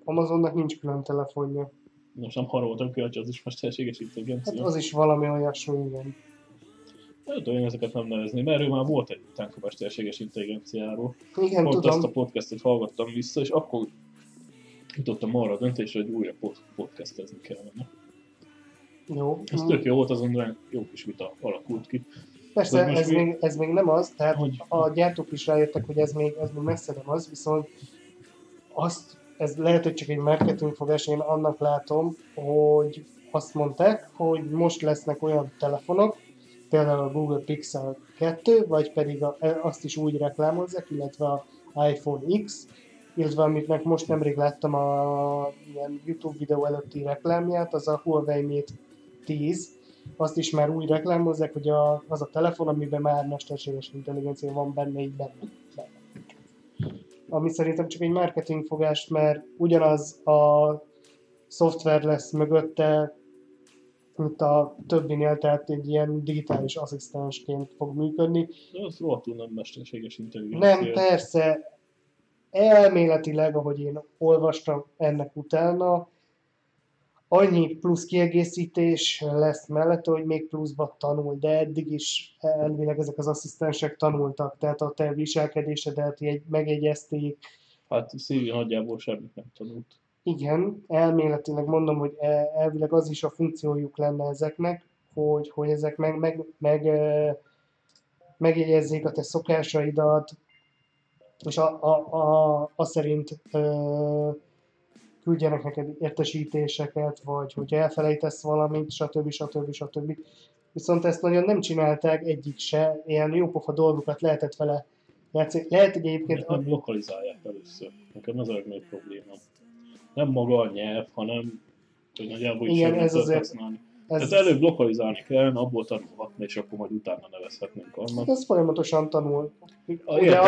Amazonnak nincs külön telefonja. Most nem haroltam ki, hogy az is mesterséges Hát intelligencia. az is valami olyasmi, igen. Nem tudom, én ezeket nem nevezni, mert erről már volt egy utánk a mesterséges intelligenciáról. Igen, Pont tudom. azt a podcastot hallgattam vissza, és akkor jutottam arra a döntésre, hogy újra podcastezni kellene. Jó. Ez tök jó volt, azon jó kis vita alakult ki. Persze, most ez még nem az, tehát Hogy? a gyártók is rájöttek, hogy ez még messze nem az, viszont ez lehet, hogy csak egy marketingfogás, én annak látom, hogy azt mondták, hogy most lesznek olyan telefonok, például a Google Pixel 2, vagy pedig azt is úgy reklámozzák, illetve a iPhone X, illetve amit most nemrég láttam a ilyen YouTube videó előtti reklámját, az a Huawei Mate 10, azt is már úgy reklámozzák, hogy az a telefon, amiben már mesterséges intelligencia van benne, így benne. Ami szerintem csak egy marketingfogás, mert ugyanaz a szoftver lesz mögötte, mint a többinél, tehát egy ilyen digitális asszisztensként fog működni. De az rohadtul nem mesterséges intelligencia. Nem, persze, elméletileg, ahogy én olvastam ennek utána, annyi plusz kiegészítés lesz mellette, hogy még pluszba tanul, de eddig is elvileg ezek az asszisztensek tanultak, tehát a te viselkedésedet megjegyezték. Hát Siri nagyjából semmit nem tanult. Igen, elméletileg mondom, hogy elvileg az is a funkciójuk lenne ezeknek, hogy ezek megjegyezzék a te szokásaidat, és azt szerint küldjenek neked értesítéseket, vagy hogy elfelejtesz valamit, stb. Viszont ezt nagyon nem csinálták egyik se, ilyen jópofa dolgokat lehetett vele játszani. Lehet, hogy egyébként... Nem lokalizálják először. Nekem ez a legnagyobb probléma. Nem maga a nyelv, hanem hogy nagyjából is ez nem azért... használni. Tehát előbb lokalizálni kell, abból tanulhatni, és akkor majd utána nevezhetnénk annak. Ez folyamatosan tanul. Ugye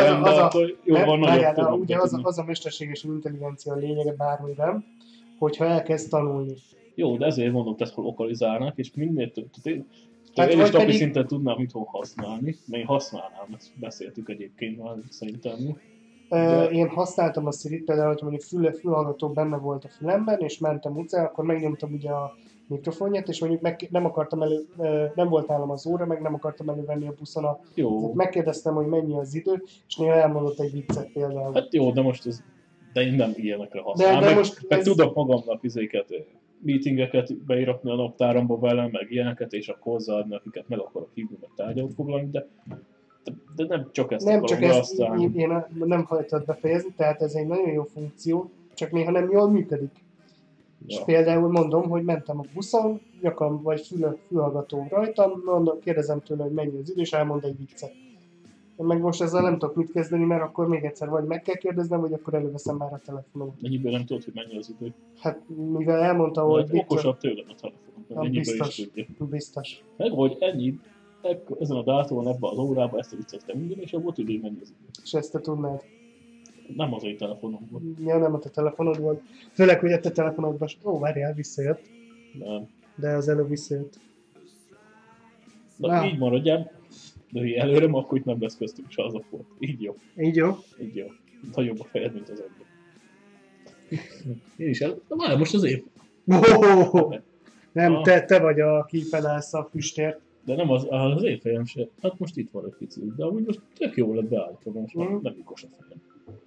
az a mesterséges intelligencia lényege bármiben, hogyha elkezd tanulni. Jó, de ezért mondom, hogy lokalizálnak, és minél több. Én is napi szinten tudnám itthon használni, mert én használnám, ezt beszéltük egyébként már szerintem. Én használtam a Siri-t, például, hogy mondjuk fülhallgató benne volt a fülemben, és mentem utcán, akkor megnyomtam ugye a mikrofonját, és mondjuk nem volt nálam az óra, meg nem akartam elővenni a buszon. Megkérdeztem, hogy mennyi az idő, és néha elmondott egy viccet például. Hát jó, de most de én nem ilyenekre használom. Meg tudok magamnak meetingeket beiratni a naptáramba vele, meg ilyeneket, és akkor hozzáadni, akiket meg akarok hívni, meg tárgyalót foglalni, de nem csak ezt nem akarom használni. Én nem hajtad befejezni, tehát ez egy nagyon jó funkció, csak néha nem jól működik. Ja. És például mondom, hogy mentem a buszon, nyakam vagy fülhallgató rajtam, kérdezem tőle, hogy mennyi az idő, és elmond egy viccet. Én meg most ezzel nem tudok mit kezdeni, mert akkor még egyszer vagy meg kell kérdeznem, vagy akkor előveszem már a telefonom. Mennyiből nem tudod, hogy mennyi az idő? Hát mivel elmondta, hogy... Okosabb tőlem a telefonom. Biztos. Meg vagy ennyi, ezen a dátumon, ebben az órában ezt a viccet kell mondani, és abból tudja, hogy mennyi az idő. És ezt te tudnád? Nem az egy telefonom volt. Ja, nem a te telefonod volt. Főleg, hogy a te telefonodban... Várjál, visszajött. Nem. De az előbb visszajött. Na, így maradjál. De ha előre, akkor itt nem lesz köztünk se az a volt. Így jó. Így jó? Így jó. Nagyobb a fejed, mint az ember. Én is Na már most az év. Nem, te vagy, aki felállsz a füstért. De nem az én fejem se. Hát most itt van egy picit, de amúgy most tök jó lett beállítva, most már nem lyukos a fejem.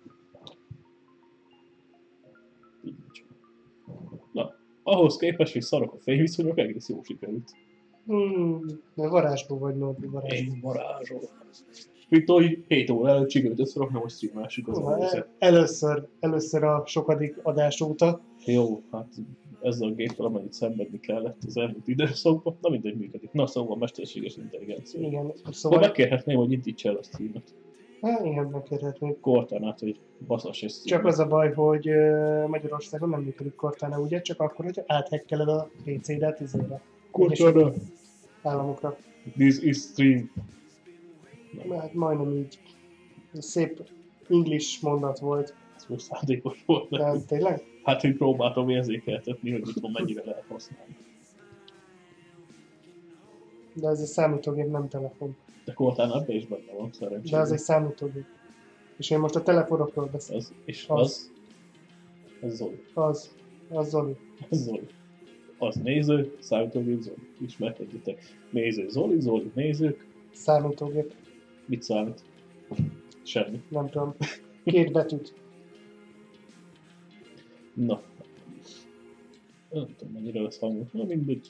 Így nincs. Na, ahhoz képest, hogy szarok a fejviszonyok, egész jó sikerült. De varázsból vagy, Norbi, varázsból. Én varázsolok. Mint hogy 7 óra előtt sikerült összerakni, most streamelsük az Először a sokadik adás óta. Jó, hát ezzel a géppel, amennyit szenvedni kellett az elmúlt időszakban, na mindegy működik. Na szóval mesterséges intelligencia. Igen, szóval... megkérhetném, hogy indítsa el a streamet. Hát igen, megkérhetnék. Cortánát, hogy baszass és streamet. Csak az a baj, hogy Magyarországon nem működik Cortana, ugye? Csak akkor, hogy áthekkeled a PC-det izére. Cortana! Államokra. This is stream. Hát majdnem így. Szép English mondat volt. Ez szándékos volt. Nem, tényleg? Hát, hogy próbáltam érzékeltetni, hogy itthon mennyire lehet használni. De ez egy számítógép, nem telefon. De Cortana ebben is benne van, szerencsére. De ez egy számítógép. És én most a telefonokról beszélek. Az? Az Zoli. Az Zoli. Az Zoli. Az néző, számítógép Zoli. Ismerkedjetek. Néző Zoli, Zoli nézők. Számítógép. Mit számít? Semmi. Nem tudom. 2 betűt. Na. Nem tudom, mennyire lesz hangos. Na mindegy.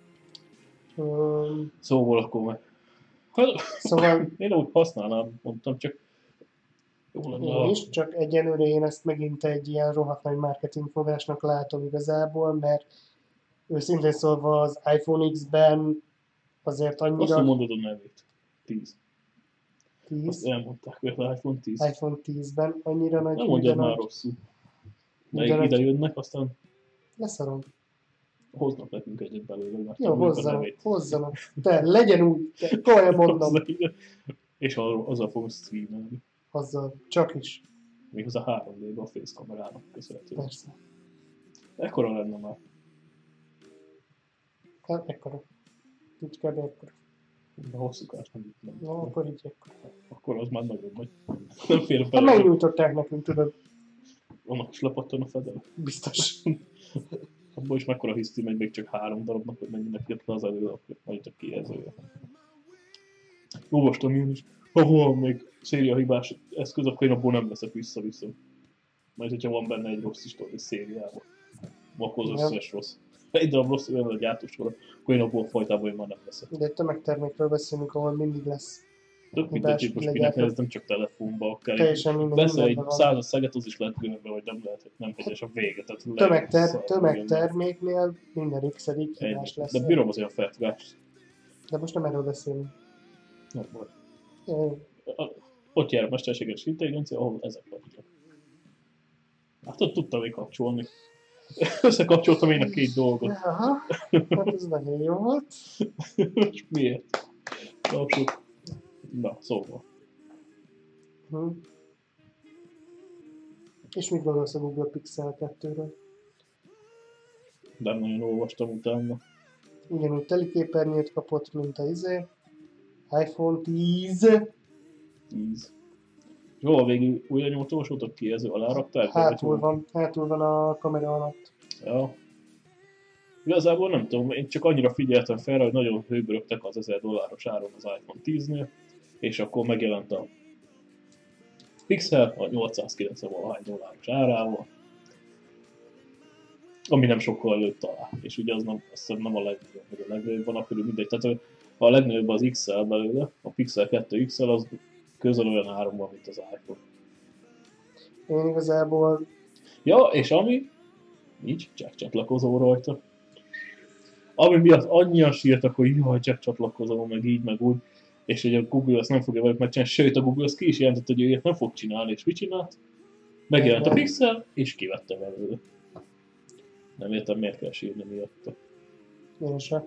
Szóval akkor meg. Szóval... Én úgy használnám, mondtam, csak jó lenne. Én is, csak egyelőre én ezt megint egy ilyen rohadt nagy marketingfogásnak látom igazából, mert őszintén szólva az iPhone X-ben azért annyira... Azt mondod a nevét. 10. 10. Azt elmondták, hogy az iPhone 10. iPhone 10-ben annyira nagy... Nem mondjad már rosszul. Mert ide jönnek, aztán... Leszarom. Hoznak nekünk egyet belőle, mert jó, hozzanak. Te, legyen úgy, komolyan mondom. És azzal fogunk streamelni. Azzal, csak is. Méghozzá 3D-ben a face kamerának köszönhetően. Persze. Ekkora lenne már. Hát ekkora. Így kb. Ekkora. De hosszúkás nem. No, akkor így ekkora. Akkor az már nagyon nagy. Nem fér bele. Hát megnyújtották nekünk, tudod. Annak is lepattan a fedel. Biztos. Abból is mekkora hiszti megy még csak 3 darabnak, hogy mennyinek jött le az elő, akkor majd a kijelzője. Olvastam én is, ha van még szériahibás eszköz, akkor én abból nem veszek vissza. Majd hogyha van benne egy rossz is, tudod, egy szériában. Akkor az összes rossz. Egy darab rossz olyan a gyártósor, akkor én abból fajtából én már nem veszek. De egy tömegtermékről beszélünk, ahol mindig lesz. Tök mindegy, most minek ez nem csak telefonba akár. Teljesen mindegy. Beszél egy 100 szeget, az is lehet gömbbe, vagy nem lehet, nem hegyes a vége. Tömegterméknél minden x-edik hibás lesz. De bírom az olyan felfogást. De most nem erről beszélünk. Nem baj. Ott jár a mesterséges intelligencia, ahol ezek vannak. Hát ott tudtam még kapcsolni. Összekapcsoltam én a 2 dolgot. Aha, hát ez nagyon jó volt. És miért? Kapcsolt. Na, szóval. És mit gondolsz a Google Pixel 2-ről? Nem nagyon olvastam utána. Ugyanúgy teliképernyőt kapott, mint az iPhone 10. 10. És hol végül újra nyomatosotok kijelző alá rakták? Hátul van a kamera alatt. Ja. Igazából nem tudom, én csak annyira figyeltem fel, hogy nagyon hőbörögtek az $1000 áron az iPhone 10-nél, és akkor megjelent a Pixel a 890 valahány dolláros árával, ami nem sokkal előtt talál, és ugye az nem, azt nem a legnagyobb, vagy a legnagyobb van, akkor mindegy, tehát a legnagyobb az XL belőle, a Pixel 2 XL az közel olyan áron van, mint az iPhone. Én igazából... Ja, és ami, nincs jack csatlakozó rajta. Ami miatt annyian sírtak, hogy jaj, jack csatlakozó, meg így, meg úgy, és hogy a Google azt nem fogja velük megcsinálni, sőt a Google azt ki is jelentett, hogy ő ilyet nem fog csinálni, és mit csinált? Megjelent a Pixel, és kivette belőle. Nem értem, miért kell sírni miatta. Én sem.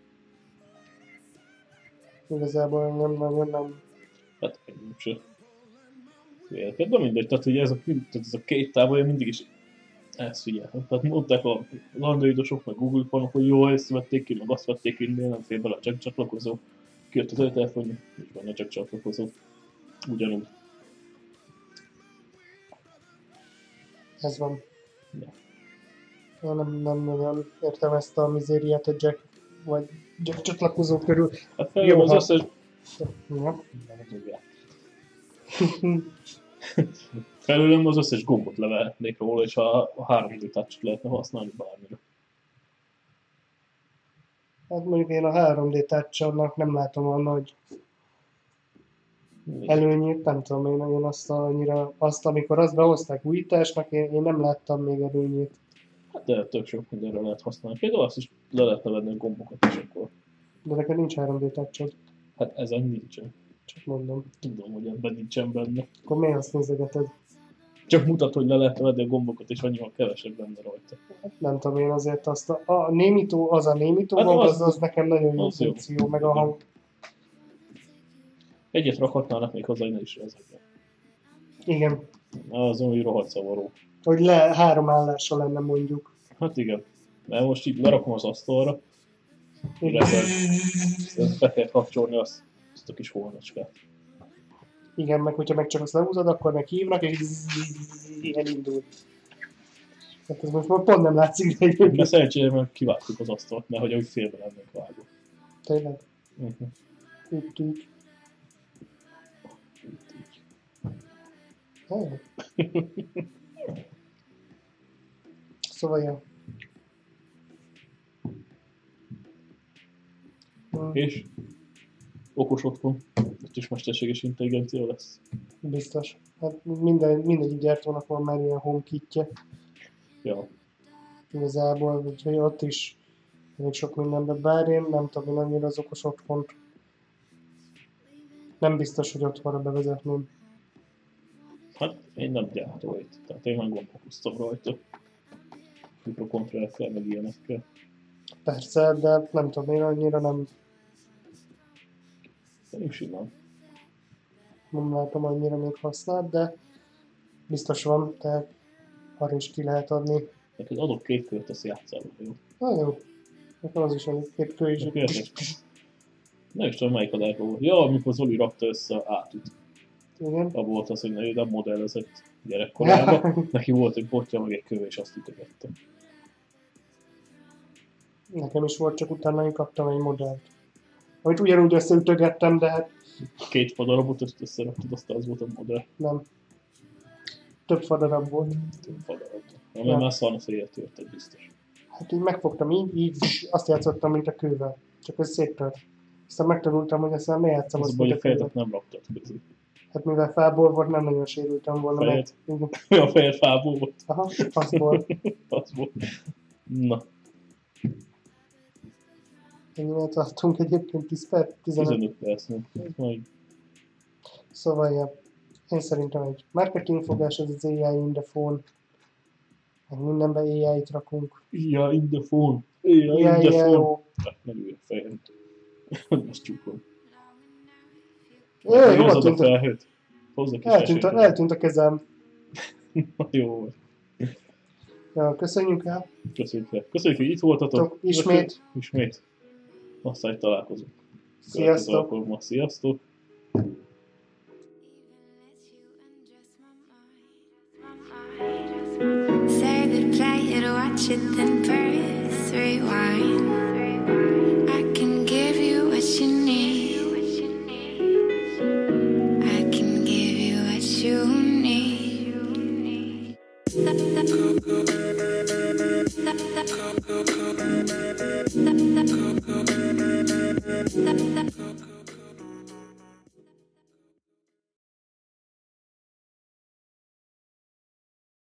Igazából nem. Hát engem sem. Vélked, de mindegy, tehát hogy ez a 2 távolja mindig is ezt figyeltem. Tehát mondták a androidosok, meg Google fanok, hogy jó, ezt vették ki, meg azt vették ki, nem fér bele a jack csatlakozó. Kijött az ő telefonja, és benne jack csatlakozó. Ugyanúgy. Ez van. Ja. Én nem nagyon értem ezt a mizériát a jack csatlakozó körül. Hát feljöm az összes... Ja. Felülöm az összes gombot levehetnék róla, és a 3D touch-ot lehetne használni bármire. Hát mondjuk én a 3D touch-nak nem látom a nagy előnyét, nem tudom, én azt, amikor azt behozták újításnak, én nem láttam még előnyét. Hát de tök sok mindenre lehet használni. Például azt is le lehetne venni a gombokat is akkor. De neked nincs 3D touch-od. Hát ezen nincsen. Csak mondom. Tudom, hogy ebben nincsen benne. Akkor miért azt nézegeted? Csak mutat, hogy le lehet venni a gombokat, és annyival kevesebb benne rajta. Nem tudom, én azért azt a némító, az hát gomb, az nekem nagyon jó funkció, meg a hang. Egyet rakhatnának még hozzá, ne is ezekben. Igen. Az olyan rohadt szavaró. Hogy 3 állásra lenne mondjuk. Hát igen. Mert most így lerakom az asztalra. Ezt be kell kapcsolni azt a kis holnacskát. Igen, meg hogyha meg csak azt lehúzod, akkor meg hívnak, és elindul. Hát ez most már pont nem látszik, de egyébként. Mert szerencsére meg kiváltuk az asztalt, nehogy ahogy félbe lennénk vágva. Tényleg? Úgy. Szóval, ja. És okos otthon, ott is mesterséges intelligencia lesz. Biztos. Hát mindegyik gyártónak van már ilyen HomeKit-je. Ja. Igazából, úgyhogy ott is még sok mindenben. Bár én nem tudom, hogy annyira az okos otthont. Nem biztos, hogy otthonra bevezetném. Hát én nem gyártó itt, tehát én már gondolkoztam rajta. Mikrokontrollerekkel, meg ilyenekkel. Persze, de nem tudom, én annyira nem Simán. Nem látom annyira még használt, de biztos van, tehát arra is ki lehet adni. Neked adok 2 kört, azt játszál, jó? Jó. Nekem az is elég 2 kör is. Nem is tudom, melyik adásban volt. Ja, amikor Zoli rakta össze a átüt. Igen. Abban volt az, hogy ő nem modellezett gyerekkorában. Neki volt egy botja, meg egy köve, és azt ütögette. Nekem is volt, csak utána én kaptam egy modellt. Amit ugyanúgy összeütögettem, de hát 2 fadarabot összeraktad, aztán az volt a modell. nem. Több fadarab volt. Több fadarab. Mert már szarna széjjel törted biztos. Hát így megfogtam így azt játszottam, mint a kővel. Csak ez széttört. Aztán megtanultam, hogy ezt ne játszom azt, hogy a fejedet nem raktad közé. Hát mivel fából volt, nem nagyon sérültem volna. Fejed? Mert... a fejed fából volt. Aha, faszból. Faszból. Na. Ennyivel tartunk egyébként 10 perc? 15 perc. Majd... Szóval, ja, én szerintem egy marketingfogás, ez az AI in the phone. Meg mindenben AI-t rakunk. AI in the phone. AI in the phone. Megülj a fejed. Azt csukom. Hozod a felhőt. Eltűnt a kezem. Jó. Ja, köszönjük el. Köszönjük, hogy itt voltatok. Ismét. Aztán itt találkozunk. Sziasztok. Sziasztok. Say goodbye, watch it then burn.